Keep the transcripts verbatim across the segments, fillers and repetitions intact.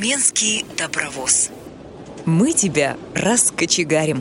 Тюменский добровоз. Мы тебя раскочегарим.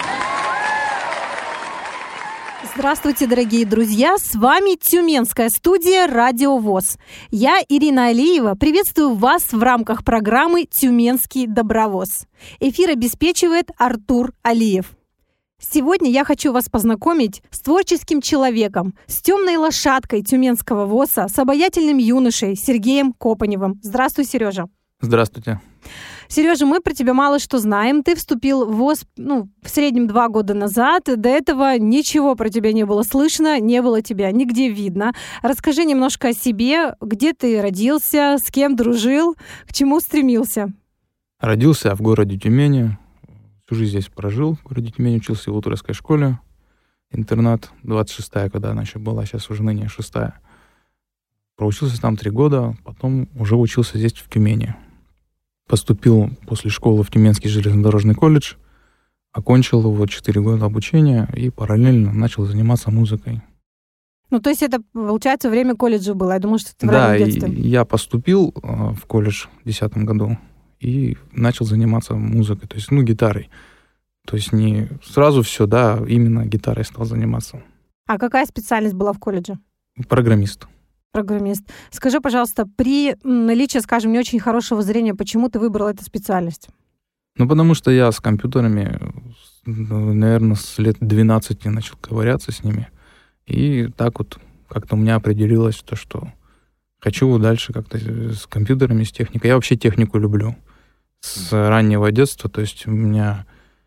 Здравствуйте, дорогие друзья! С вами Тюменская студия «Радио ВОС». Я, Ирина Алиева, приветствую вас в рамках программы «Тюменский добровоз». Эфир обеспечивает Артур Алиев. Сегодня я хочу вас познакомить с творческим человеком, с темной лошадкой Тюменского ВОСа, с обаятельным юношей Сергеем Копаневым. Здравствуй, Сережа. Здравствуйте. Сережа, мы про тебя мало что знаем. Ты вступил в ВОС ну, в среднем два года назад. До этого ничего про тебя не было слышно, не было тебя нигде видно. Расскажи немножко о себе, где ты родился, с кем дружил, к чему стремился. Родился в городе Тюмени. Всю жизнь здесь прожил. В городе Тюмени учился в Утровской школе. Интернат, двадцать шестая, когда она еще была, сейчас уже ныне шестая. Проучился там три года, потом уже учился здесь, в Тюмени. Поступил после школы в Тюменский железнодорожный колледж, окончил его четыре года обучения и параллельно начал заниматься музыкой. Ну, то есть это, получается, время колледжа было? Я думаю, что это в да, раннем детстве. Да, я поступил в колледж в десятом году и начал заниматься музыкой, то есть, ну, гитарой. То есть не сразу все, да, именно гитарой стал заниматься. А какая специальность была в колледже? Программист. Программист. Скажи, пожалуйста, при наличии, скажем, не очень хорошего зрения, почему ты выбрал эту специальность? Ну, потому что я с компьютерами, наверное, с лет двенадцати начал ковыряться с ними. И так вот как-то у меня определилось то, что хочу дальше как-то с компьютерами, с техникой. Я вообще технику люблю с раннего детства. То есть у меня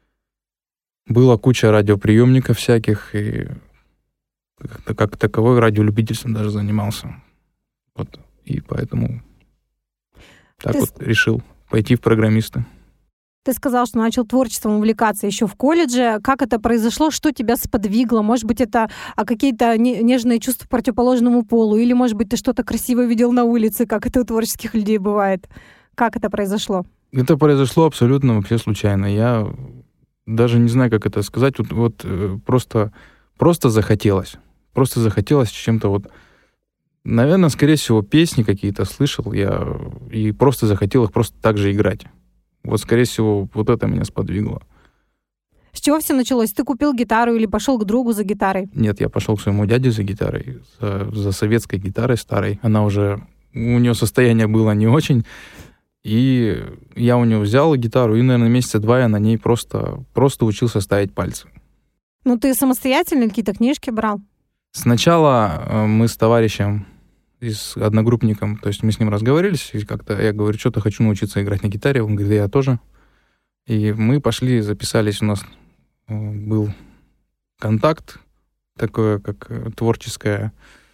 была куча радиоприемников всяких, и как, как таковой радиолюбительством даже занимался. Вот. И поэтому так Ты... вот решил пойти в программисты. Ты сказал, что начал творчеством увлекаться еще в колледже. Как это произошло? Что тебя сподвигло? Может быть, это а какие-то нежные чувства к противоположному полу? Или, может быть, ты что-то красивое видел на улице, как это у творческих людей бывает? Как это произошло? Это произошло абсолютно вообще случайно. Я даже не знаю, как это сказать. Вот, вот просто, просто захотелось. Просто захотелось чем-то вот... Наверное, скорее всего, песни какие-то слышал я, и просто захотел их просто так же играть. Вот, скорее всего, вот это меня сподвигло. С чего все началось? Ты купил гитару или пошел к другу за гитарой? Нет, я пошел к своему дяде за гитарой, за, за советской гитарой старой. Она уже... У нее состояние было не очень. И я у него взял гитару, и, наверное, месяца два я на ней просто, просто учился ставить пальцы. Ну, ты самостоятельно какие-то книжки брал? Сначала мы с товарищем, и с одногруппником, то есть мы с ним разговорились, и как-то я говорю, что-то хочу научиться играть на гитаре. Он говорит, да я тоже. И мы пошли, записались, у нас был контакт, такое, как творческое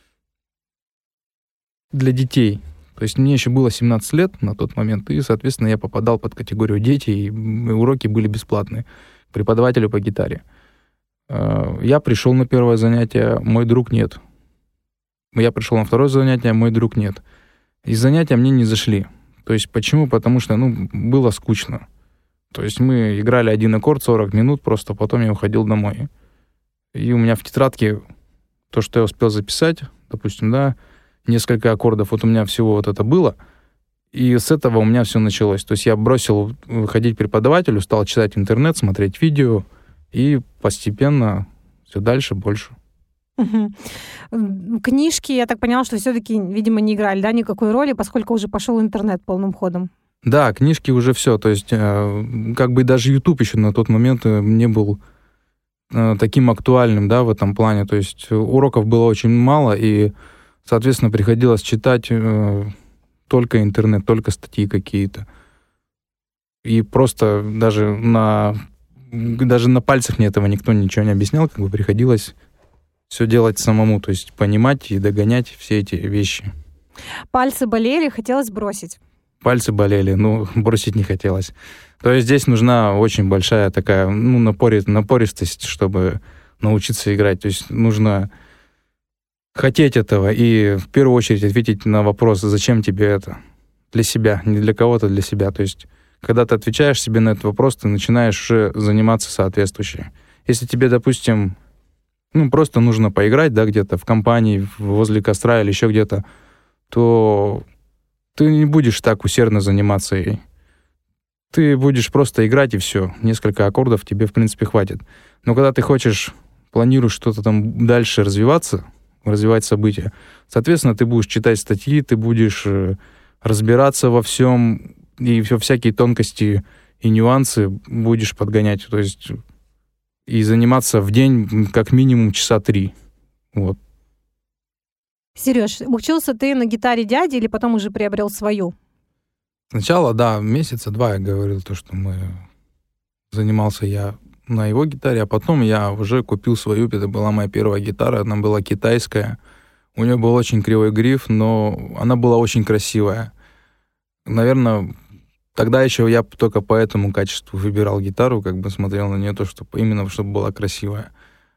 для детей. То есть мне еще было семнадцать лет на тот момент, и, соответственно, я попадал под категорию дети, и уроки были бесплатные преподавателю по гитаре. Я пришел на первое занятие, мой друг нет. Я пришел на второе занятие, мой друг нет. И занятия мне не зашли. То есть почему? Потому что, ну, было скучно. То есть мы играли один аккорд сорок минут, просто потом я уходил домой. И у меня в тетрадке то, что я успел записать, допустим, да, несколько аккордов, вот у меня всего вот это было, и с этого у меня все началось. То есть я бросил ходить к преподавателю, стал читать интернет, смотреть видео, и постепенно все дальше, больше. Угу. Книжки, я так поняла, что все-таки, видимо, не играли, да, никакой роли, поскольку уже пошел интернет полным ходом. Да, книжки уже все. То есть как бы даже YouTube еще на тот момент не был таким актуальным, да, в этом плане. То есть уроков было очень мало, и, соответственно, приходилось читать только интернет, только статьи какие-то. И просто даже на... Даже на пальцах мне этого никто ничего не объяснял, как бы приходилось все делать самому, то есть понимать и догонять все эти вещи. Пальцы болели, хотелось бросить? Пальцы болели, ну, бросить не хотелось. То есть здесь нужна очень большая такая, ну, напори, напористость, чтобы научиться играть. То есть нужно хотеть этого и в первую очередь ответить на вопрос, зачем тебе это? Для себя, не для кого-то, для себя. То есть когда ты отвечаешь себе на этот вопрос, ты начинаешь уже заниматься соответствующе. Если тебе, допустим, ну, просто нужно поиграть, да, где-то в компании, возле костра или еще где-то, то ты не будешь так усердно заниматься ей. ты будешь просто играть, и все. Несколько аккордов тебе, в принципе, хватит. Но когда ты хочешь, планируешь что-то там дальше развиваться, развивать события, соответственно, ты будешь читать статьи, ты будешь разбираться во всем, и все, всякие тонкости и нюансы будешь подгонять. То есть и заниматься в день как минимум часа три. Вот. Сереж, учился ты на гитаре дяди или потом уже приобрел свою? Сначала, да, месяца два я говорил, то, что мы... Занимался я на его гитаре, а потом я уже купил свою. Это была моя первая гитара, она была китайская. У нее был очень кривой гриф, но она была очень красивая. Наверное, тогда еще я только по этому качеству выбирал гитару, как бы смотрел на нее, то, что именно чтобы была красивая.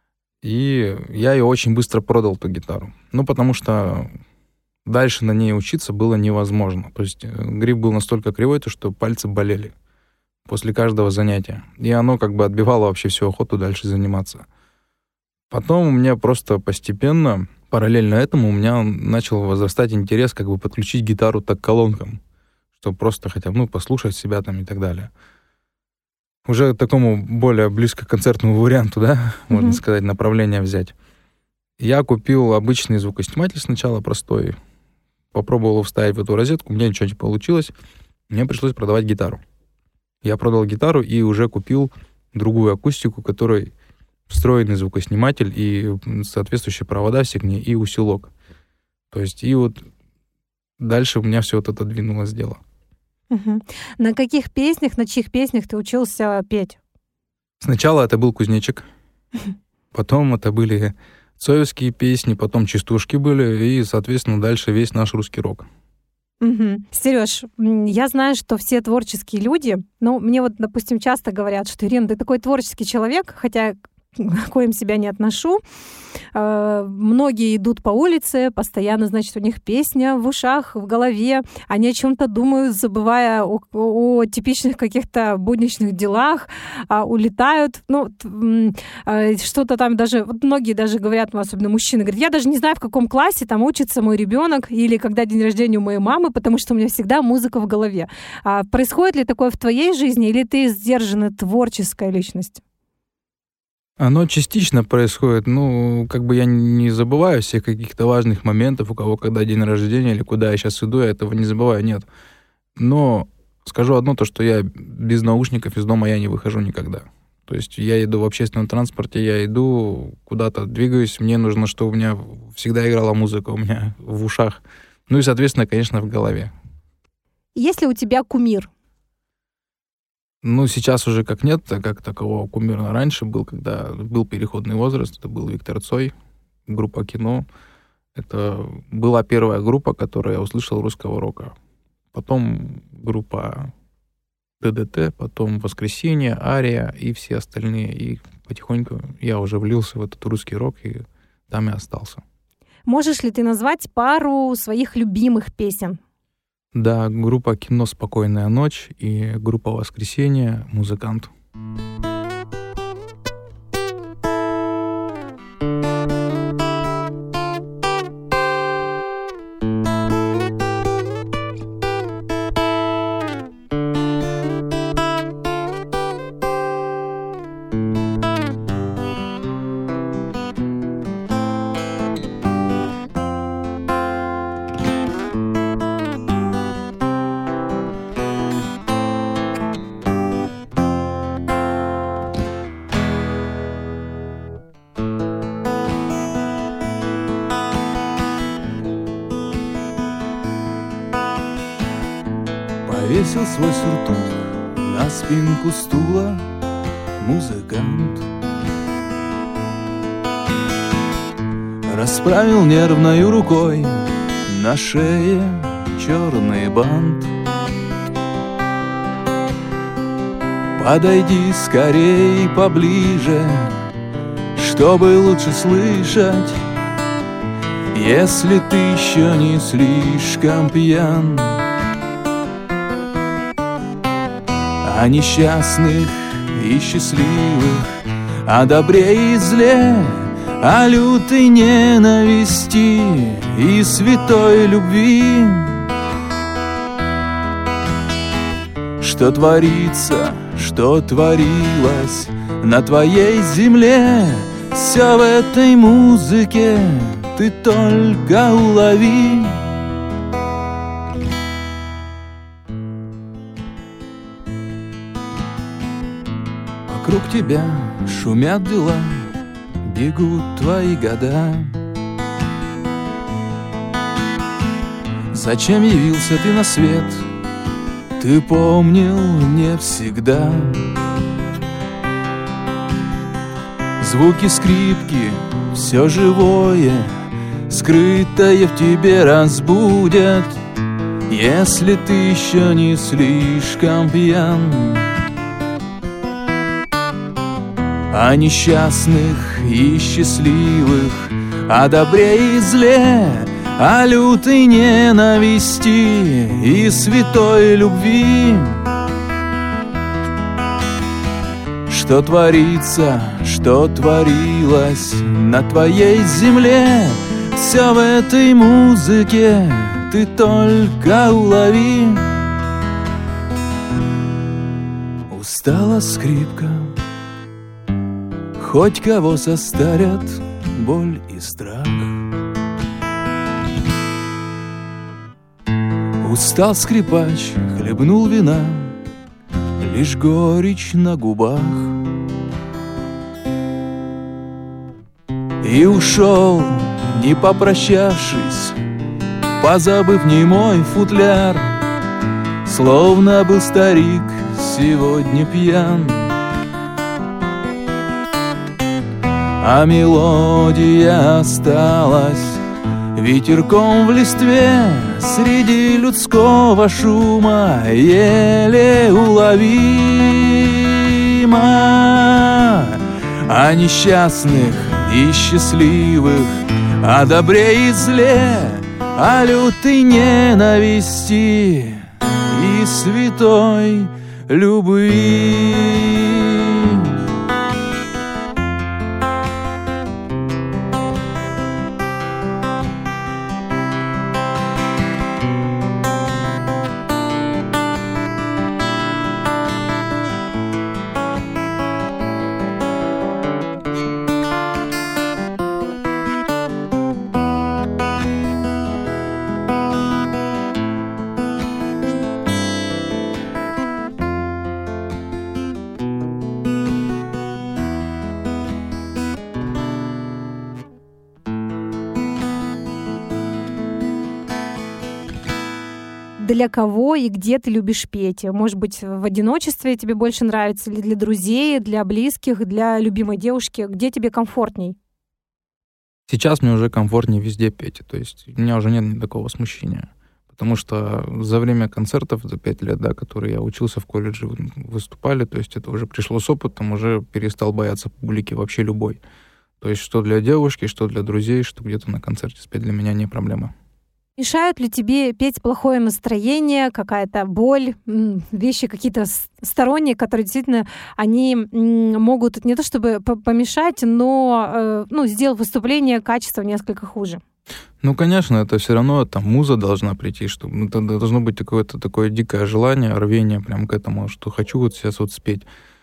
И я ее очень быстро продал, эту гитару. Ну, потому что дальше на ней учиться было невозможно. То есть гриф был настолько кривой, то, что пальцы болели после каждого занятия. И оно как бы отбивало вообще всю охоту дальше заниматься. Потом у меня просто постепенно, параллельно этому, у меня начал возрастать интерес как бы подключить гитару так к колонкам, чтобы просто хотя бы, ну, послушать себя там и так далее. Уже к такому более близко к концертному варианту, да, mm-hmm. можно сказать, направление взять. Я купил обычный звукосниматель сначала, простой. Попробовал его вставить в эту розетку, у меня ничего не получилось. Мне пришлось продавать гитару. Я продал гитару и уже купил другую акустику, в которой встроенный звукосниматель и соответствующие провода все к ней, и усилок. То есть, и вот дальше у меня все вот это двинулось дело. Угу. На каких песнях, на чьих песнях ты учился петь? Сначала это был кузнечик, потом это были цоевские песни, потом частушки были, и, соответственно, дальше весь наш русский рок. Угу. Сереж, я знаю, что все творческие люди, ну, мне вот, допустим, часто говорят, что, Ирина, ты такой творческий человек, хотя к коим себя не отношу. Э, многие идут по улице, постоянно, значит, у них песня в ушах, в голове, они о чем-то думают, забывая о, о, о типичных каких-то будничных делах, э, улетают, ну, э, что-то там даже, вот многие даже говорят, особенно мужчины, говорят, я даже не знаю, в каком классе там учится мой ребенок, или когда день рождения у моей мамы, потому что у меня всегда музыка в голове. А происходит ли такое в твоей жизни, или ты сдержанная творческая личность? Оно частично происходит. Ну, как бы я не забываю всех каких-то важных моментов, у кого когда день рождения или куда я сейчас иду, я этого не забываю, нет. Но скажу одно, то, что я без наушников из дома я не выхожу никогда. То есть я иду в общественном транспорте, я иду куда-то, двигаюсь, мне нужно, чтобы у меня всегда играла музыка у меня в ушах. Ну и, соответственно, конечно, в голове. Есть ли у тебя кумир? Ну, сейчас уже как нет, так как такового кумира раньше был, когда был переходный возраст, это был Виктор Цой, группа «Кино». Это была первая группа, которую я услышал русского рока. Потом группа ДДТ, потом «Воскресенье», «Ария» и все остальные. И потихоньку я уже влился в этот русский рок, и там и остался. Можешь ли ты назвать пару своих любимых песен? Да, группа «Кино. Спокойная ночь» и группа «Воскресенье. Музыкант». Повесил свой сюртук на спинку стула музыкант. Расправил нервною рукой на шее черный бант. Подойди скорей поближе, чтобы лучше слышать, если ты еще не слишком пьян. О несчастных и счастливых, о добре и зле, о лютой ненависти и святой любви. что творится, что творилось на твоей земле. Все в этой музыке ты только улови. Вокруг тебя шумят дела, бегут твои года. Зачем явился ты на свет, ты помнил не всегда. Звуки скрипки, все живое, скрытое в тебе разбудят, если ты еще не слишком пьян. О несчастных и счастливых, о добре и зле, о лютой ненависти и святой любви. Что творится, что творилось на твоей земле, все в этой музыке ты только улови. Устала скрипка, хоть кого состарят боль и страх. Устал скрипач, хлебнул вина, лишь горечь на губах. И ушел, не попрощавшись, позабыв немой футляр, словно был старик сегодня пьян. А мелодия осталась ветерком в листве, среди людского шума еле уловима. О несчастных и счастливых, о добре и зле, о лютой ненависти и святой любви. Для кого и где ты любишь петь? Может быть, в одиночестве тебе больше нравится, или для друзей, для близких, для любимой девушки? Где тебе комфортней? Сейчас мне уже комфортнее везде петь. То есть у меня уже нет ни такого смущения. Потому что за время концертов, за пять лет, да, которые я учился в колледже, выступали, то есть это уже пришло с опытом, уже перестал бояться публики вообще любой. То есть что для девушки, что для друзей, что где-то на концерте спеть, для меня не проблема. Мешают ли тебе петь плохое настроение, какая-то боль, вещи какие-то сторонние, которые действительно они могут не то чтобы помешать, но ну, сделать выступление качество несколько хуже? Ну, конечно, это все равно там муза должна прийти, чтобы ну, это должно быть какое-то такое дикое желание, рвение прям к этому, что хочу вот сейчас вот спеть.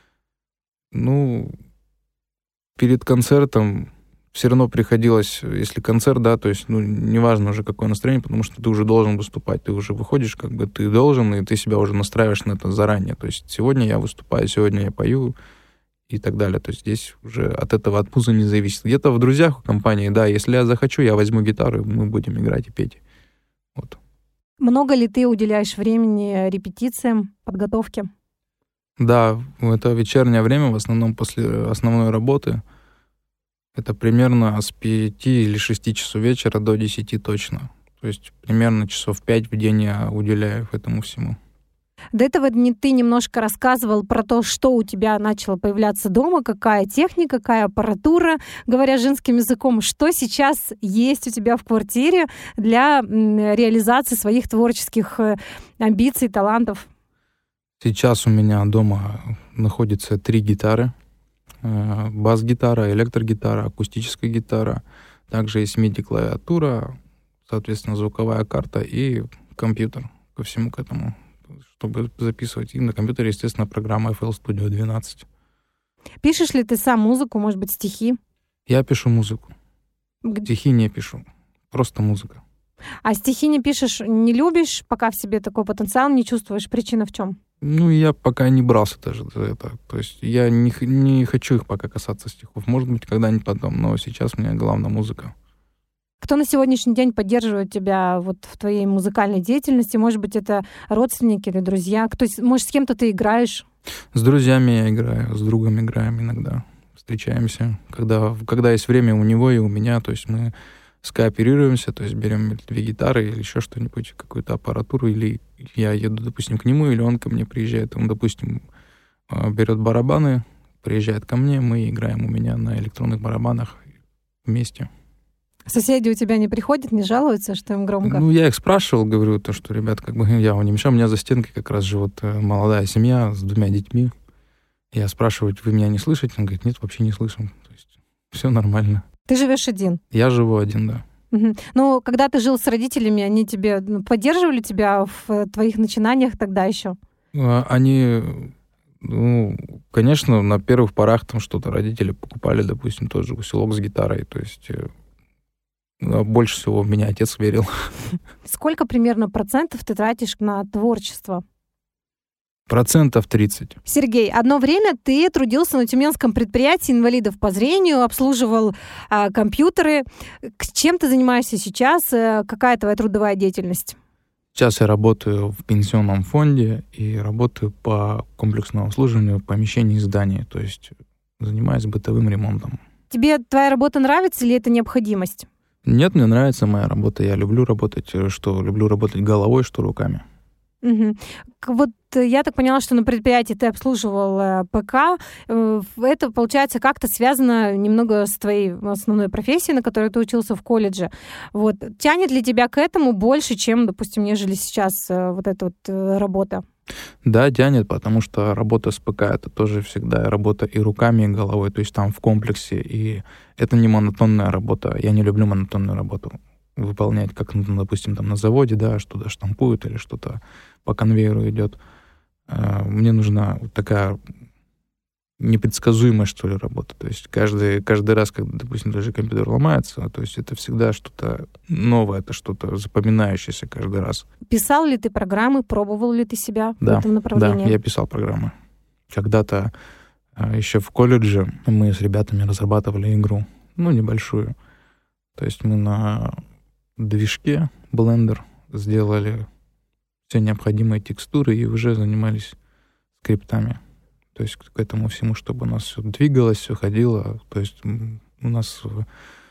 Ну, перед концертом все равно приходилось, если концерт, да, то есть, ну, неважно уже какое настроение, потому что ты уже должен выступать, ты уже выходишь, как бы ты должен, и ты себя уже настраиваешь на это заранее. То есть сегодня я выступаю, сегодня я пою и так далее. То есть здесь уже от этого, от музы не зависит. Где-то в друзьях, в компании, да, если я захочу, я возьму гитару, и мы будем играть и петь. Вот. Много ли ты уделяешь времени репетициям, подготовке? Да, это вечернее время, в основном после основной работы. Это примерно с пяти или шести часов вечера до десяти точно. То есть примерно часов пять в день я уделяю этому всему. До этого ты немножко рассказывал про то, что у тебя начало появляться дома, какая техника, какая аппаратура, говоря женским языком. Что сейчас есть у тебя в квартире для реализации своих творческих амбиций, талантов? Сейчас у меня дома находится три гитары. Бас-гитара, электрогитара, акустическая гитара. Также есть миди-клавиатура, соответственно, звуковая карта и компьютер ко всему к этому. чтобы записывать. И на компьютере, естественно, программа эф эл Studio двенадцать. Пишешь ли ты сам музыку, может быть, стихи? Я пишу музыку. Г- Стихи не пишу. Просто музыка. А стихи не пишешь, не любишь, пока в себе такой потенциал не чувствуешь? Причина в чем? Ну, я пока не брался даже за это. То есть я не, х- не хочу их пока касаться стихов. Может быть, когда-нибудь потом, но сейчас у меня главная музыка. Кто на сегодняшний день поддерживает тебя вот в твоей музыкальной деятельности? Может быть, это родственники или друзья? Кто, с- может, с кем-то ты играешь? С друзьями я играю, с другом играем иногда. Встречаемся, когда, когда есть время у него и у меня. То есть мы скооперируемся, то есть берем две гитары или еще что-нибудь, какую-то аппаратуру, или я еду, допустим, к нему, или он ко мне приезжает. Он, допустим, берет барабаны, приезжает ко мне, мы играем у меня на электронных барабанах вместе. Соседи у тебя не приходят, не жалуются, что им громко? Ну, я их спрашивал, говорю, то, что, ребят, как бы я вам не мешаю, у меня за стенкой как раз живет э, молодая семья с двумя детьми. Я спрашиваю, вы меня не слышите? Он говорит, нет, вообще не слышим. То есть все нормально. Ты живешь один? Я живу один, да. Мгм. Ну, когда ты жил с родителями, они тебе ну, поддерживали тебя в э, твоих начинаниях тогда еще? А, Они, ну, конечно, на первых порах там что-то родители покупали, допустим, тот же усилок с гитарой. То есть э, а больше всего в меня отец верил. Сколько примерно процентов ты тратишь на творчество? Процентов тридцать. Сергей, одно время ты трудился на Тюменском предприятии инвалидов по зрению, обслуживал а, компьютеры. К- Чем ты занимаешься сейчас? Э, Какая твоя трудовая деятельность? Сейчас я работаю в пенсионном фонде и работаю по комплексному обслуживанию помещений и зданий. То есть занимаюсь бытовым ремонтом. Тебе твоя работа нравится или это необходимость? Нет, мне нравится моя работа. Я люблю работать, э, что люблю работать головой, что руками. Мгм. К- Вот э, я так поняла, что на предприятии ты обслуживал э, ПК. Э, в- Это, получается, как-то связано немного с твоей основной профессией, на которой ты учился в колледже. Вот. Тянет ли тебя к этому больше, чем, допустим, нежели сейчас э, вот эта вот э, работа? Да, тянет, потому что работа с ПК — это тоже всегда работа и руками, и головой, то есть там в комплексе, и это не монотонная работа. Я не люблю монотонную работу выполнять, как, ну, допустим, там на заводе, да, что-то штампуют или что-то по конвейеру идет. А, Мне нужна вот такая непредсказуемая, что ли, работа. То есть каждый, каждый раз, когда, допустим, даже компьютер ломается, то есть это всегда что-то новое, это что-то запоминающееся каждый раз. Писал ли ты программы, пробовал ли ты себя в Да, этом Да, направлении? я писал программы. Когда-то а, еще в колледже мы с ребятами разрабатывали игру, ну, небольшую. То есть мы на движке Blender сделали все необходимые текстуры и уже занимались скриптами. То есть к этому всему, чтобы у нас все двигалось, все ходило. То есть м, у нас э,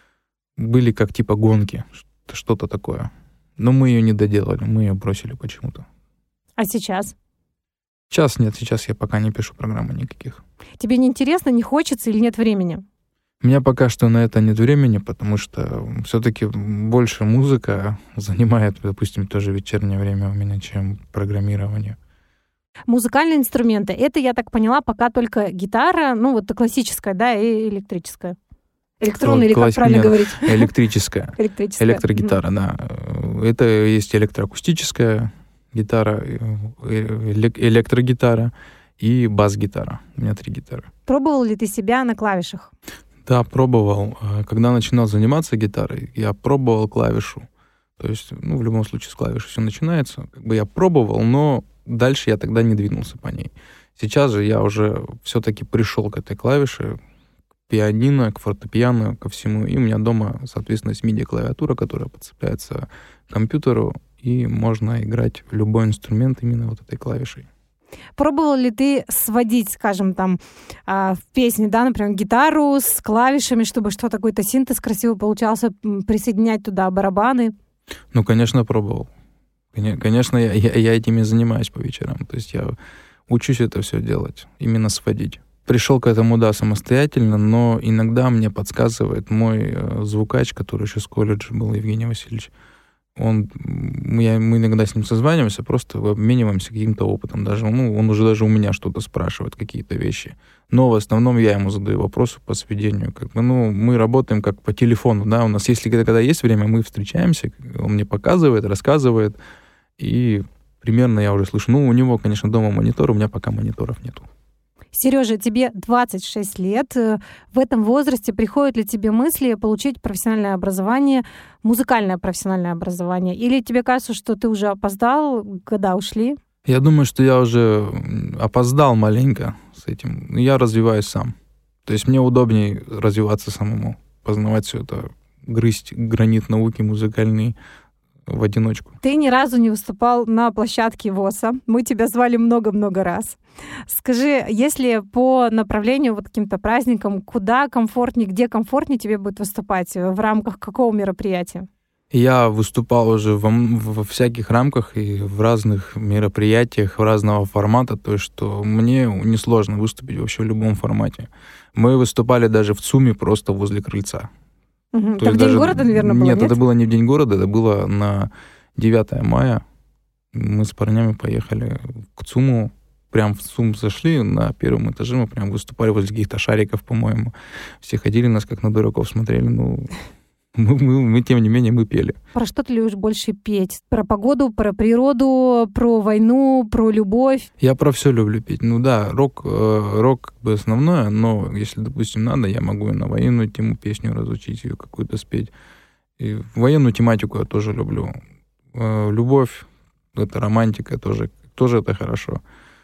были как типа гонки, ш- что-то такое. Но мы ее не доделали, мы ее бросили почему-то. А сейчас? Сейчас нет, сейчас я пока не пишу программы никаких. Тебе не интересно, не хочется или нет времени? У меня пока что на это нет времени, потому что все-таки больше музыка занимает, допустим, тоже вечернее время у меня, чем программирование. Музыкальные инструменты. Это, я так поняла, пока только гитара, ну вот классическая, да, и электрическая. Электронная, или как Класс- правильно нет. говорить? Электрическая. Электрическая. Электрогитара, да. Это есть электроакустическая гитара, э, элек- электрогитара и бас-гитара. У меня три гитары. Пробовал ли ты себя на клавишах? Да, пробовал. Когда начинал заниматься гитарой, я пробовал клавишу. То есть, ну, в любом случае, с клавиши все начинается. Как бы я пробовал, но дальше я тогда не двинулся по ней. Сейчас же я уже все-таки пришел к этой клавише, к пианино, к фортепиано, ко всему. И у меня дома, соответственно, есть миди-клавиатура, которая подцепляется к компьютеру, и можно играть любой инструмент именно вот этой клавишей. Пробовал ли ты сводить, скажем, там, а, в песне, да, например, гитару с клавишами, чтобы что-то, какой-то синтез красиво получался, м, присоединять туда барабаны? Ну, конечно, пробовал. Коне- Конечно, я, я, я этим и занимаюсь по вечерам. То есть я учусь это все делать, именно сводить. Пришел к этому, да, самостоятельно, но иногда мне подсказывает мой э, звукач, который еще с колледжа был, Евгений Васильевич. Он, мы, я- мы иногда с ним созваниваемся, просто обмениваемся каким-то опытом. Даже, ну, он уже даже у меня что-то спрашивает, какие-то вещи. Но в основном я ему задаю вопросы по сведению. Как бы, ну, мы работаем как по телефону, да, у нас, если когда, когда есть время, мы встречаемся, он мне показывает, рассказывает, и примерно я уже слышу. Ну, у него, конечно, дома монитор, у меня пока мониторов нету. Сережа, тебе двадцать шесть лет. В этом возрасте приходят ли тебе мысли получить профессиональное образование, музыкальное профессиональное образование? Или тебе кажется, что ты уже опоздал, года ушли? Я думаю, что я уже опоздал маленько с этим. Я развиваюсь сам. То есть мне удобнее развиваться самому, познавать все это, грызть гранит науки музыкальный в одиночку. Ты ни разу не выступал на площадке ВОСа. Мы тебя звали много-много раз. Скажи, если по направлению, вот каким-то праздникам, куда комфортнее, где комфортнее тебе будет выступать? В рамках какого мероприятия? Я выступал уже во, во всяких рамках и в разных мероприятиях, в разного формата, то есть что мне несложно выступить вообще в любом формате. Мы выступали даже в ЦУМе просто возле крыльца. Угу. Это в День даже... города, наверное, было, нет, нет? это было не в День города, это было на девятое мая. Мы с парнями поехали к ЦУМу, прям в ЦУМ зашли, на первом этаже мы прям выступали возле каких-то шариков, по-моему. Все ходили, нас как на дураков смотрели, ну... Мы, мы, мы, тем не менее, мы пели. Про что ты любишь больше петь? Про погоду, про природу, про войну, про любовь? Я про все люблю петь. Ну да, рок, э, рок как бы основное, но если, допустим, надо, я могу и на военную тему песню разучить, ее какую-то спеть. И военную тематику я тоже люблю. Э, любовь, это романтика тоже, тоже это хорошо.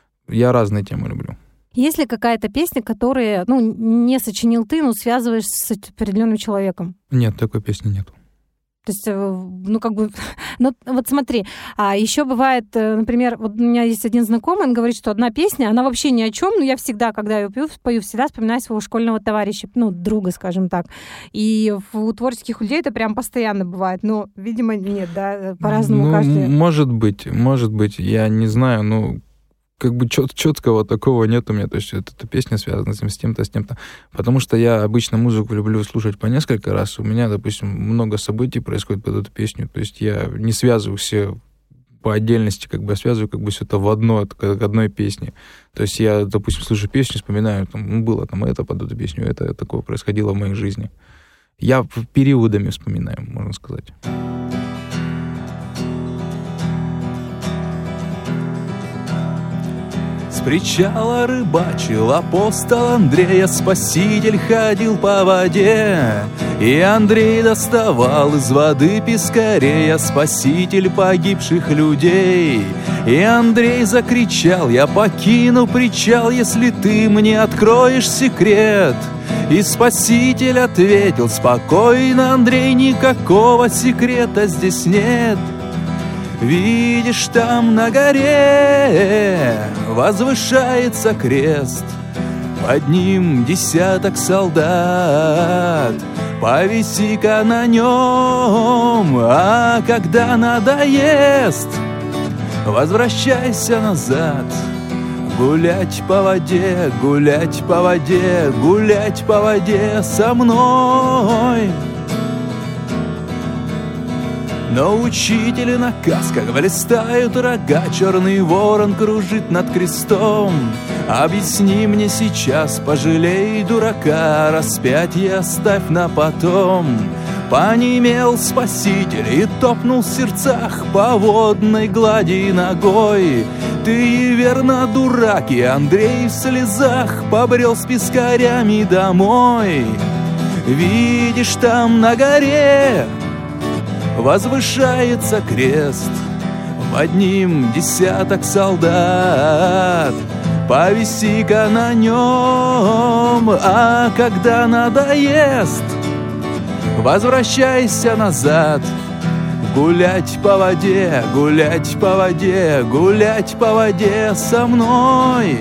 Я разные темы люблю. Есть ли какая-то песня, которую, ну, не сочинил ты, но связываешь с определенным человеком? Нет, такой песни нету. То есть, ну, как бы... Ну, вот смотри, а еще бывает, например, вот у меня есть один знакомый, он говорит, что одна песня, она вообще ни о чем, но я всегда, когда ее пою, пою, всегда вспоминаю своего школьного товарища, ну, друга, скажем так. И у творческих людей это прям постоянно бывает. Но, видимо, нет, да, по-разному ну, каждый... Может быть, может быть, я не знаю, ну... Как бы чет- четкого такого нет у меня. То есть это, эта песня связана с тем-то, с тем-то. Потому что я обычно музыку люблю слушать по несколько раз. У меня, допустим, много событий происходит под эту песню. То есть я не связываю все по отдельности, как бы я связываю как бы все это в одно, к одной песне. То есть я, допустим, слышу песню, вспоминаю, там, ну, было там это под эту песню, это такое происходило в моей жизни. Я периодами вспоминаю, можно сказать. С причала рыбачил апостол Андрея, Спаситель ходил по воде. И Андрей доставал из воды пескарея, Спаситель погибших людей. И Андрей закричал: я покину причал, если ты мне откроешь секрет. И Спаситель ответил: спокойно, Андрей, никакого секрета здесь нет. Видишь, там на горе возвышается крест, под ним десяток солдат. Повиси-ка на нем, а когда надоест, возвращайся назад. Гулять по воде, гулять по воде, гулять по воде со мной. Но учитель наказ, как блистают рога, черный ворон кружит над крестом. Объясни мне сейчас, пожалей дурака, распятие оставь на потом. Понемел Спаситель и топнул в сердцах по водной глади ногой. Ты верно дурак, и Андрей в слезах побрел с пескарями домой. Видишь, там на горе возвышается крест, под ним десяток солдат. Повиси-ка на нем, а когда надоест, возвращайся назад. Гулять по воде, гулять по воде, гулять по воде со мной.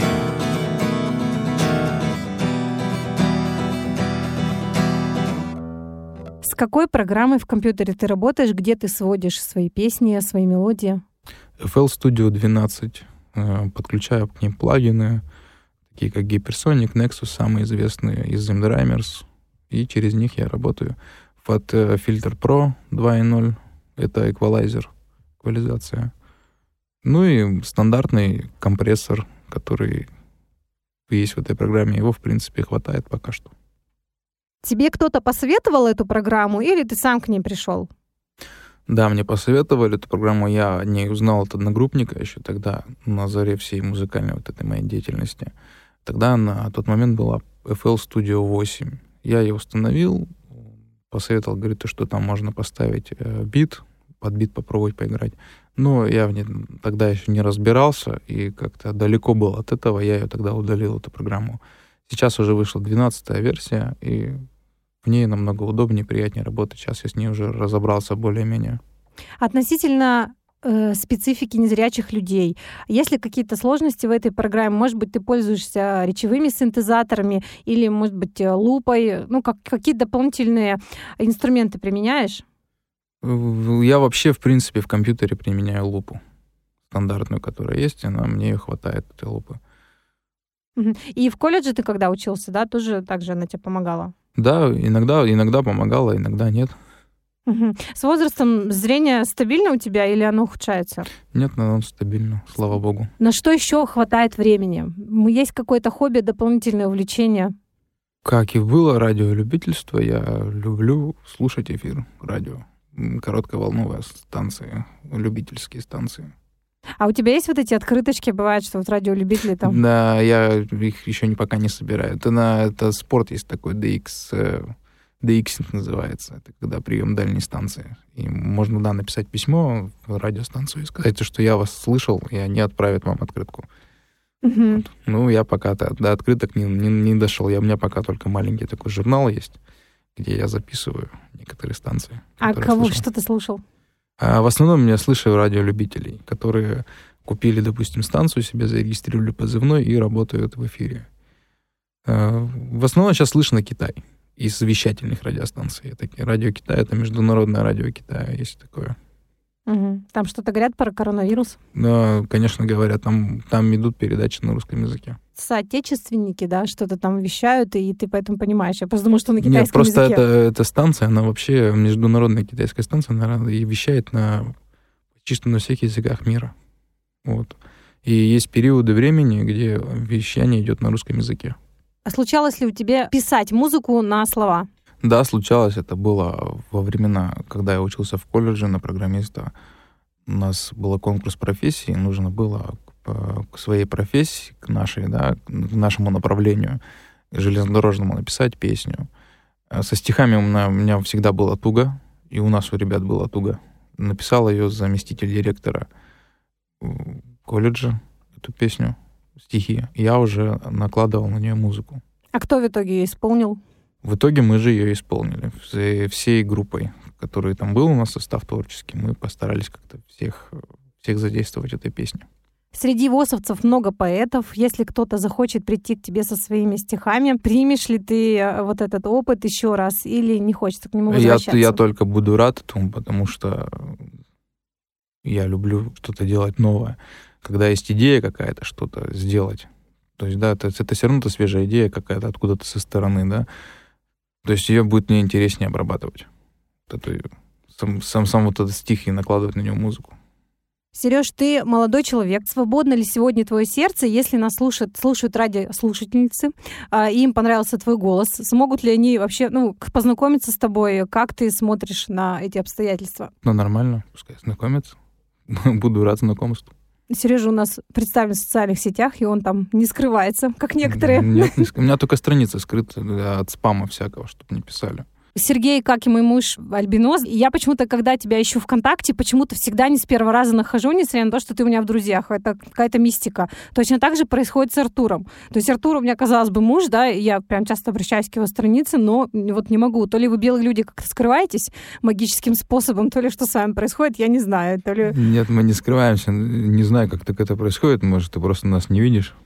С какой программой в компьютере ты работаешь, где ты сводишь свои песни, свои мелодии? эф эл Studio двенадцать. Подключаю к ним плагины, такие как Hypersonic, Nexus, самые известные из Zemdrymers, и через них я работаю. Под Filter Pro два ноль, это эквалайзер, эквализация. Ну и стандартный компрессор, который есть в этой программе, его, в принципе, хватает пока что. Тебе кто-то посоветовал эту программу или ты сам к ней пришел? Да, мне посоветовали эту программу, я о ней узнал от одногруппника еще тогда, на заре всей музыкальной вот этой моей деятельности. Тогда на тот момент была эф эл Studio восемь. Я ее установил, посоветовал, говорит, что там можно поставить бит, под бит попробовать поиграть. Но я в ней тогда еще не разбирался, и как-то далеко был от этого, я ее тогда удалил, эту программу. Сейчас уже вышла двенадцатая версия, и в ней намного удобнее, приятнее работать. Сейчас я с ней уже разобрался более-менее. Относительно э, специфики незрячих людей, есть ли какие-то сложности в этой программе? Может быть, ты пользуешься речевыми синтезаторами или, может быть, лупой? Ну, как, какие дополнительные инструменты применяешь? Я вообще, в принципе, в компьютере применяю лупу стандартную, которая есть, она мне ее хватает, этой лупы. И в колледже ты когда учился, да, тоже так же она тебе помогала? Да, иногда, иногда помогала, иногда нет. Угу. С возрастом зрение стабильно у тебя или оно ухудшается? Нет, оно стабильно, слава богу. На что еще хватает времени? Есть какое-то хобби, дополнительное увлечение? Как и было радиолюбительство, я люблю слушать эфир радио. Коротковолновые станции, любительские станции. А у тебя есть вот эти открыточки, бывает, что вот радиолюбители там... Да, я их еще не, пока не собираю. Это, на, это спорт есть такой, ди икс, ди икс называется. Это когда прием дальней станции. И можно, да, написать письмо в радиостанцию и сказать, что я вас слышал, и они отправят вам открытку. Угу. Вот. Ну, я пока до открыток не, не, не дошел. Я, у меня пока только маленький такой журнал есть, где я записываю некоторые станции. А кого, слышал. Что ты слушал? А в основном я слышу радиолюбителей, которые купили, допустим, станцию себе, зарегистрировали позывной и работают в эфире. А в основном сейчас слышно Китай из вещательных радиостанций. Это радио Китая, это международное радио Китая, есть такое. Угу. Там что-то говорят про коронавирус? Да, конечно, говорят, там, там идут передачи на русском языке. Соотечественники, да, что-то там вещают, и ты поэтому понимаешь. Я просто думаю, что на китайском Нет, просто языке. Это, эта станция, она вообще международная китайская станция, она и вещает на чисто на всех языках мира. Вот. И есть периоды времени, где вещание идет на русском языке. А случалось ли у тебя писать музыку на слова? Да, случалось. Это было во времена, когда я учился в колледже на программиста. У нас был конкурс профессии, нужно было к своей профессии, к нашей, да, к нашему направлению железнодорожному написать песню. Со стихами у меня, у меня всегда было туго, и у нас у ребят было туго. Написал ее заместитель директора колледжа, эту песню, стихи. Я уже накладывал на нее музыку. А кто в итоге ее исполнил? В итоге мы же ее исполнили всей, всей группой, который там был у нас состав творческий. Мы постарались как-то всех, всех задействовать в этой песне. Среди восовцев много поэтов. Если кто-то захочет прийти к тебе со своими стихами, примешь ли ты вот этот опыт еще раз или не хочется к нему возвращаться? Я, я только буду рад этому, потому что я люблю что-то делать новое. Когда есть идея какая-то, что-то сделать. То есть, да, это, это все равно -то свежая идея какая-то откуда-то со стороны, да. То есть ее будет мне интереснее обрабатывать. Вот эту, сам, сам, сам вот этот стих и накладывать на него музыку. Сереж, ты молодой человек. Свободно ли сегодня твое сердце, если нас слушают, слушают радиослушательницы, э, и им понравился твой голос? Смогут ли они вообще ну, познакомиться с тобой? Как ты смотришь на эти обстоятельства? Ну, нормально, пускай знакомятся. Буду рад знакомству. Сережа у нас представлен в социальных сетях, и он там не скрывается, как некоторые. Нет, не ск... у меня только страница скрыта от спама всякого, чтобы не писали. Сергей, как и мой муж, альбинос. И я почему-то, когда тебя ищу ВКонтакте, почему-то всегда не с первого раза нахожу, несмотря на то, что ты у меня в друзьях. Это какая-то мистика. Точно так же происходит с Артуром. То есть Артур у меня, казалось бы, муж, да, и я прям часто обращаюсь к его странице, но вот не могу. То ли вы, белые люди, как-то скрываетесь магическим способом, то ли что с вами происходит, я не знаю. То ли... Нет, мы не скрываемся. Не знаю, как так это происходит. Может, ты просто нас не видишь.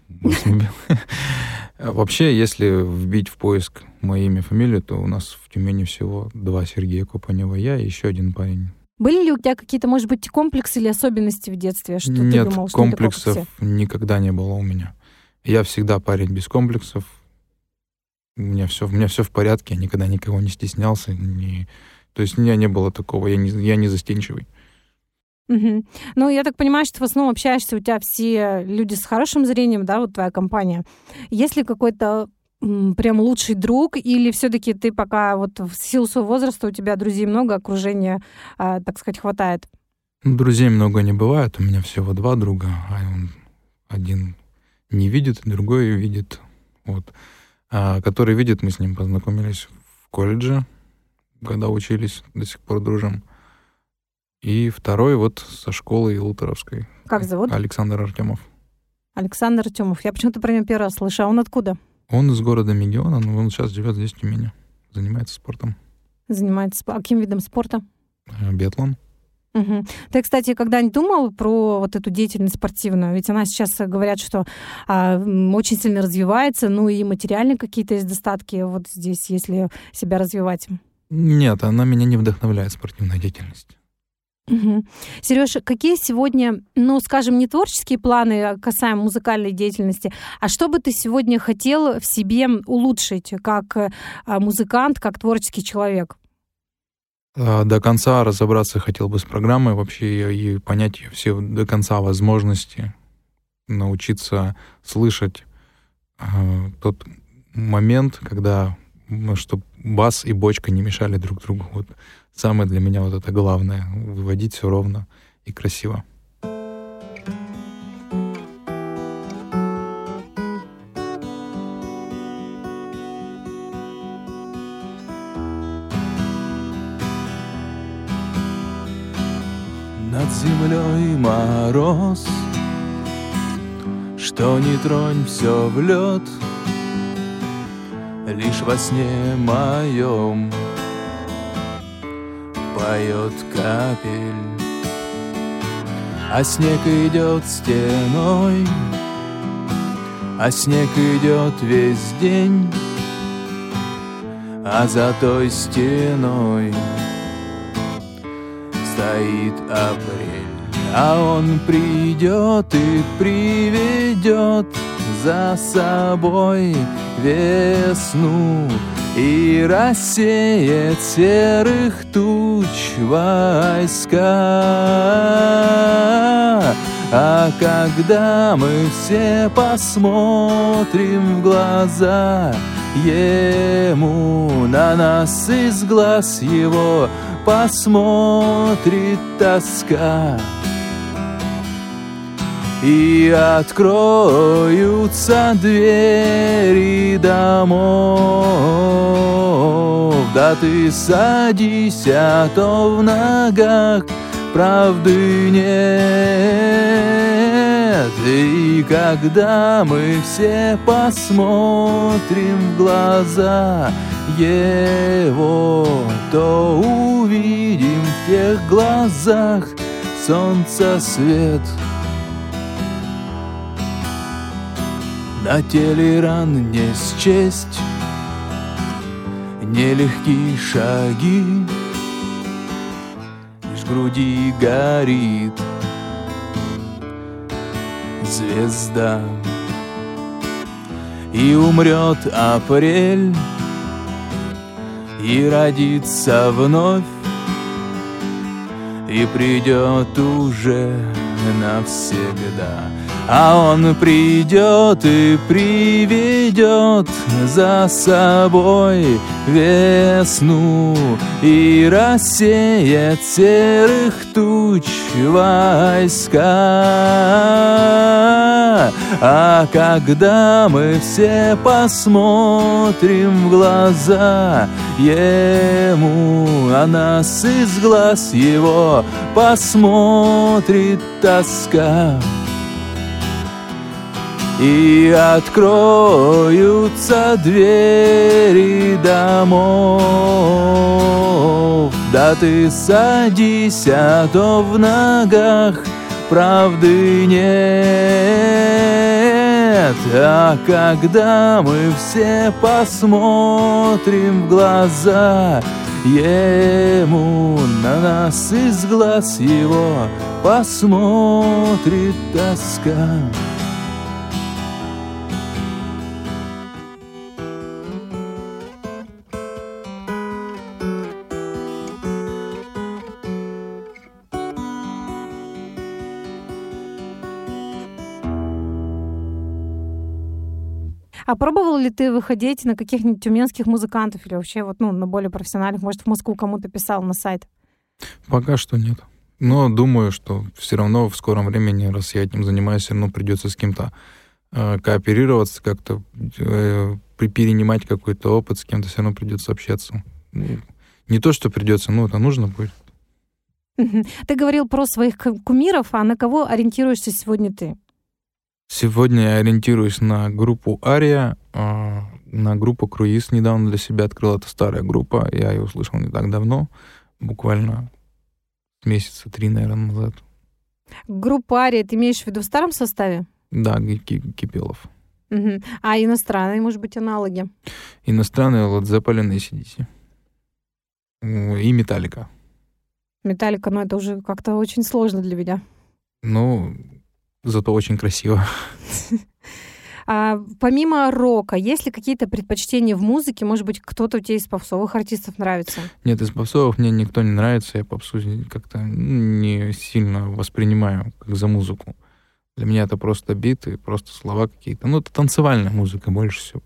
Вообще, если вбить в поиск мое имя, фамилию, то у нас в Тюмени всего два Сергея Копанева, я и еще один парень. Были ли у тебя какие-то, может быть, комплексы или особенности в детстве? Что Нет, ты думал, что комплексов это никогда не было у меня. Я всегда парень без комплексов. У меня все, у меня все в порядке, я никогда никого не стеснялся. Не... То есть у меня не было такого, я не, я не застенчивый. Угу. Ну, я так понимаю, что в основном общаешься, у тебя все люди с хорошим зрением, да, вот твоя компания. Есть ли какой-то прям лучший друг, или все-таки ты пока вот в силу своего возраста у тебя друзей много, окружения, а, так сказать, хватает? Друзей много не бывает, у меня всего два друга, а он один не видит, другой видит. Вот. А который видит, мы с ним познакомились в колледже, когда учились, до сих пор дружим. И второй вот со школы Елуторовской. Как зовут? Александр Артемов. Александр Артемов. Я почему-то про него первый раз слышу. А он откуда? Он из города Мегиона, но он сейчас живет здесь, в Тюмени. Занимается спортом. Занимается спортом. А каким видом спорта? Биатлон. Угу. Ты, кстати, когда-нибудь думал про вот эту деятельность спортивную? Ведь она сейчас, говорят, что а, очень сильно развивается, ну и материальные какие-то есть достатки вот здесь, если себя развивать. Нет, она меня не вдохновляет, спортивная деятельность. Угу. Серёж, какие сегодня, ну, скажем, не творческие планы касаемо музыкальной деятельности, а что бы ты сегодня хотел в себе улучшить как музыкант, как творческий человек? До конца разобраться хотел бы с программой вообще и понять ее все до конца возможности, научиться слышать э, тот момент, когда, ну, чтобы бас и бочка не мешали друг другу. Вот самое для меня вот это главное — выводить все ровно и красиво. Над землей мороз, что не тронь, все в лед. Лишь во сне моем поет капель, а снег идет стеной, а снег идет весь день, а за той стеной стоит апрель, а он придет и приведет за собой весну и рассеет серых туч войска. А когда мы все посмотрим в глаза ему, на нас из глаз его посмотрит тоска, и откроются двери домов. Да ты садись, а то в ногах правды нет. И когда мы все посмотрим в глаза его, то увидим в тех глазах солнца свет. На теле ран не счесть, нелегкие шаги, лишь в груди горит звезда. И умрет апрель, и родится вновь, и придет уже навсегда. А он придет и приведет за собой весну и рассеет серых туч войска. А когда мы все посмотрим в глаза ему, а нас из глаз его посмотрит тоска, и откроются двери домов. Да ты садись, а то в ногах правды нет. А когда мы все посмотрим в глаза ему, на нас из глаз его посмотрит тоска. А пробовал ли ты выходить на каких-нибудь тюменских музыкантов или вообще вот, ну, на более профессиональных? Может, в Москву кому-то писал на сайт? Пока что нет. Но думаю, что все равно в скором времени, раз я этим занимаюсь, все равно придется с кем-то э, кооперироваться, как-то э, перенимать какой-то опыт, с кем-то все равно придется общаться. Не то, что придется, но это нужно будет. Ты говорил про своих кумиров, а на кого ориентируешься сегодня ты? Сегодня я ориентируюсь на группу «Ария», э, на группу «Круиз». Недавно для себя открыл. Это старая группа, я ее услышал не так давно, буквально месяца три, наверное, назад. Группа «Ария» ты имеешь в виду в старом составе? Да, Кипелов. Угу. А иностранные, может быть, аналоги? Иностранные Led Zeppelin и си ди си. И Металлика. Металлика, ну это уже как-то очень сложно для меня. Ну, зато очень красиво. А помимо рока, есть ли какие-то предпочтения в музыке? Может быть, кто-то у тебя из попсовых артистов нравится? Нет, из попсовых мне никто не нравится. Я попсу как-то не сильно воспринимаю как за музыку. Для меня это просто биты, просто слова какие-то. Ну, это танцевальная музыка больше всего.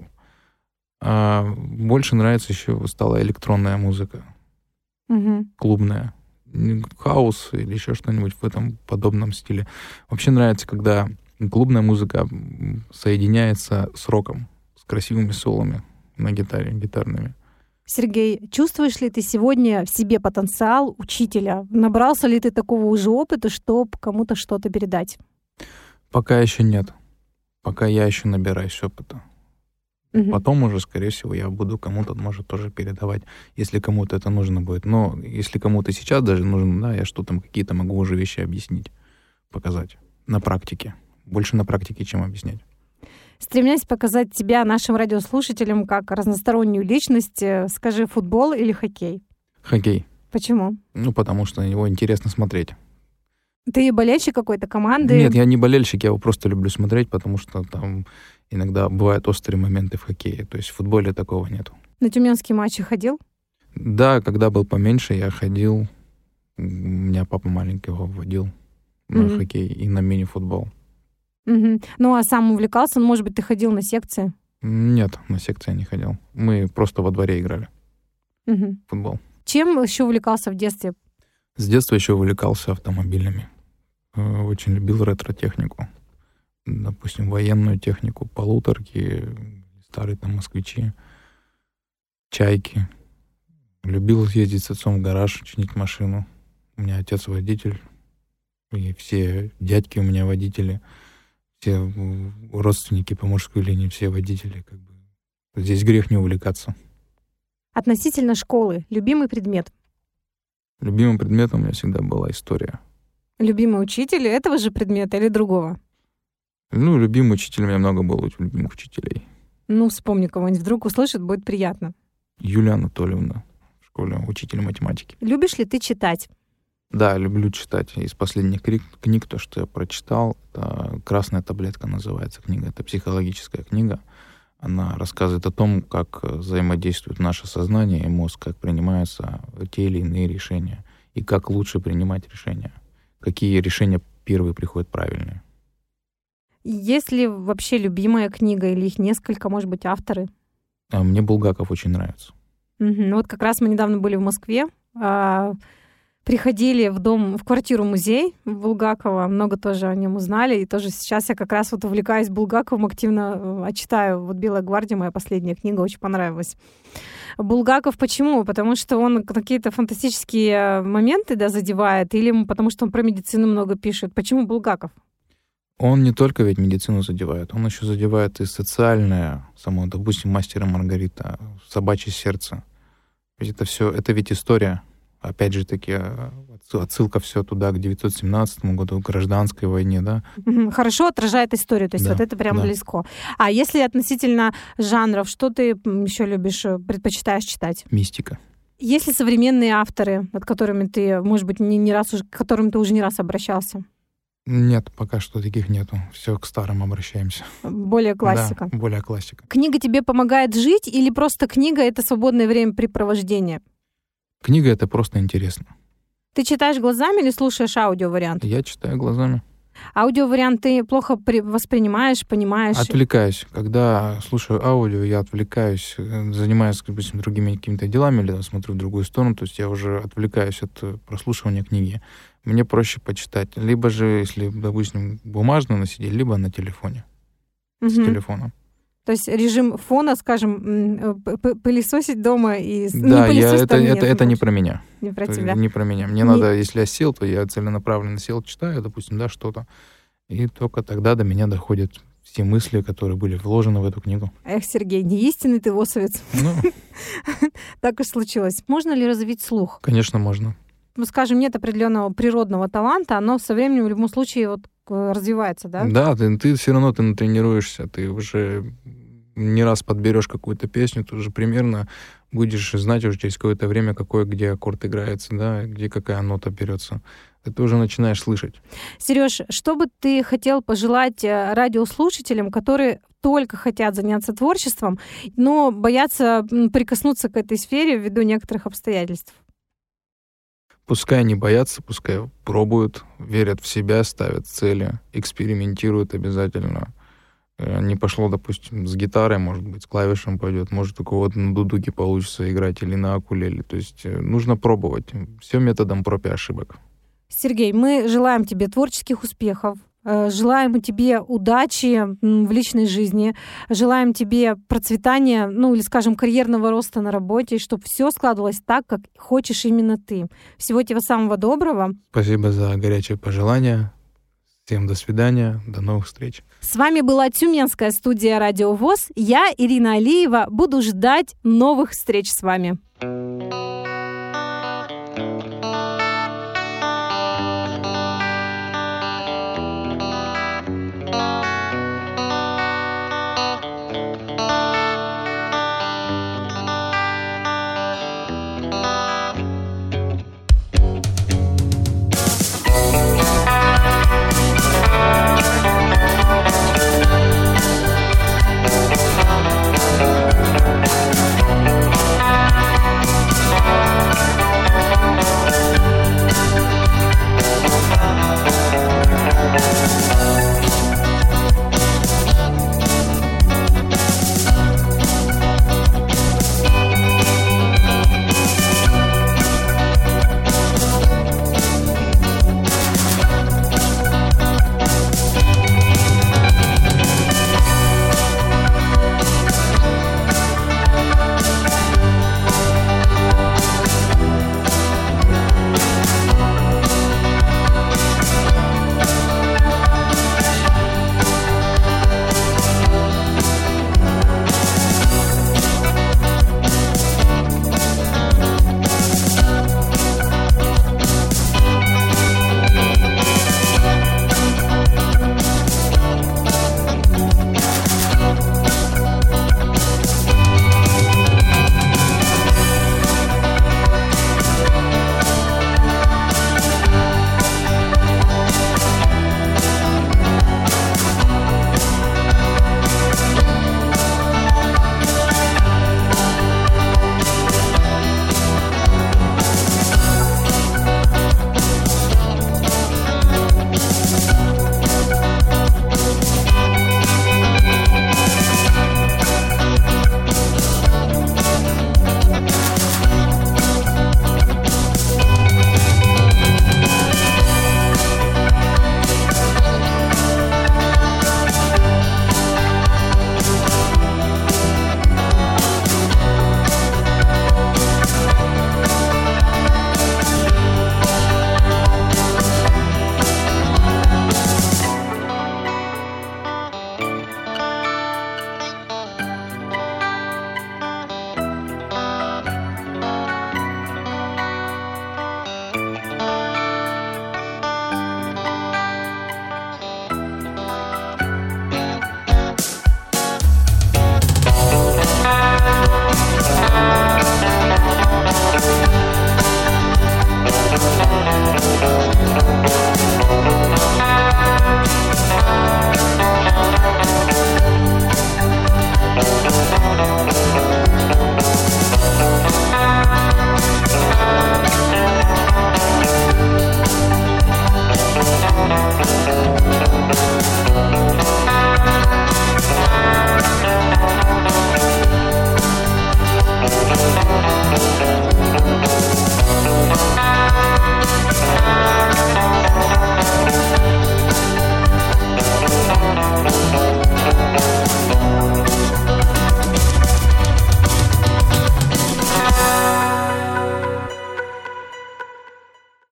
А больше нравится еще стала электронная музыка. Угу. Клубная. Хаус или еще что-нибудь в этом подобном стиле. Вообще нравится, когда клубная музыка соединяется с роком, с красивыми соломи на гитаре, гитарными. Сергей, чувствуешь ли ты сегодня в себе потенциал учителя? Набрался ли ты такого уже опыта, чтобы кому-то что-то передать? Пока еще нет. Пока я еще набираюсь опыта. Угу. Потом уже, скорее всего, я буду кому-то, может, тоже передавать, если кому-то это нужно будет. Но если кому-то сейчас даже нужно, да, я что-то, какие-то могу уже вещи объяснить, показать на практике. Больше на практике, чем объяснять. Стремясь показать тебя нашим радиослушателям как разностороннюю личность, скажи, футбол или хоккей? Хоккей. Почему? Ну, потому что на него интересно смотреть. Ты болельщик какой-то команды? Нет, я не болельщик, я его просто люблю смотреть, потому что там иногда бывают острые моменты в хоккее. То есть в футболе такого нету. На тюменские матчи ходил? Да, когда был поменьше, я ходил. У меня папа маленький его водил на mm-hmm. хоккей и на мини-футбол. Mm-hmm. Ну, а сам увлекался? Ну, может быть, ты ходил на секции? Нет, на секции я не ходил. Мы просто во дворе играли mm-hmm. в футбол. Чем еще увлекался в детстве? С детства еще увлекался автомобилями. Очень любил ретро-технику. Допустим, военную технику, полуторки, старые там москвичи, чайки. Любил ездить с отцом в гараж, чинить машину. У меня отец водитель, и все дядьки у меня водители, все родственники по мужской линии, все водители. Как бы. Здесь грех не увлекаться. Относительно школы, любимый предмет? Любимым предметом у меня всегда была история. Любимый учитель этого же предмета или другого? Ну, любимый учитель, у меня много было любимых учителей. Ну, вспомни кого-нибудь, вдруг услышит, будет приятно. Юлия Анатольевна в школе, учитель математики. Любишь ли ты читать? Да, люблю читать. Из последних книг, книг то, что я прочитал, это «Красная таблетка» называется книга. Это психологическая книга. Она рассказывает о том, как взаимодействует наше сознание и мозг, как принимаются те или иные решения, и как лучше принимать решения. Какие решения первые приходят правильные. Есть ли вообще любимая книга или их несколько, может быть, авторы? А мне Булгаков очень нравится. Угу. Вот как раз мы недавно были в Москве, а, приходили в дом, в квартиру-музей Булгакова, много тоже о нем узнали, и тоже сейчас я как раз вот увлекаюсь Булгаковым, активно а, читаю. Вот «Белая гвардия», моя последняя книга, очень понравилась. Булгаков почему? Потому что он какие-то фантастические моменты, да, задевает, или потому что он про медицину много пишет? Почему Булгаков? Он не только ведь медицину задевает, он еще задевает и социальное, само, допустим, «Мастер и Маргарита», «Собачье сердце». Ведь это все, это ведь история. Опять же таки, отсылка все туда, к девятьсот семнадцатому году, к гражданской войне, да. Хорошо отражает историю, то есть да, вот это прям да. близко. А если относительно жанров, что ты еще любишь, предпочитаешь читать? Мистика. Есть ли современные авторы, над которыми ты, может быть, не, не раз уже, к которым ты уже не раз обращался? Нет, пока что таких нету. Все к старым обращаемся. Более классика. Да, более классика. Книга тебе помогает жить или просто книга — это свободное времяпрепровождение? Книга — это просто интересно. Ты читаешь глазами или слушаешь аудиовариант? Я читаю глазами. Аудиовариант ты плохо при- воспринимаешь, понимаешь? Отвлекаюсь. Когда слушаю аудио, я отвлекаюсь, занимаюсь, допустим, другими какими-то делами или смотрю в другую сторону, то есть я уже отвлекаюсь от прослушивания книги. Мне проще почитать. Либо же, если, допустим, бумажно носить, либо на телефоне, Угу. с телефона. То есть режим фона, скажем, пылесосить дома и Да, не я, это, нет, это, это не про меня. Не про Это тебя. Не про меня. Мне Не... надо, если я сел, то я целенаправленно сел, читаю, допустим, да, что-то. И только тогда до меня доходят все мысли, которые были вложены в эту книгу. Эх, Сергей, не истинный ты восовец. Ну, Так уж случилось. Можно ли развить слух? конечно, можно. Ну, скажем, нет определенного природного таланта, но со временем в любом случае вот развивается, да? Да, ты, ты все равно ты натренируешься, ты уже не раз подберешь какую-то песню, ты уже примерно будешь знать уже через какое-то время, какой, где аккорд играется, да, где какая нота берется. Ты уже начинаешь слышать. Сереж, что бы ты хотел пожелать радиослушателям, которые только хотят заняться творчеством, но боятся прикоснуться к этой сфере ввиду некоторых обстоятельств? Пускай не боятся, пускай пробуют, верят в себя, ставят цели, экспериментируют обязательно. Не пошло, допустим, с гитарой, может быть, с клавишем пойдет, может, у кого-то на дудуке получится играть или на укулеле. То есть нужно пробовать. Все методом проб и ошибок. Сергей, мы желаем тебе творческих успехов, желаем тебе удачи в личной жизни, желаем тебе процветания, ну или, скажем, карьерного роста на работе, чтобы все складывалось так, как хочешь именно ты. Всего тебе самого доброго. Спасибо за горячие пожелания. Всем до свидания, до новых встреч. С вами была Тюменская студия «Радио ВОС». Я, Ирина Алиева, буду ждать новых встреч с вами.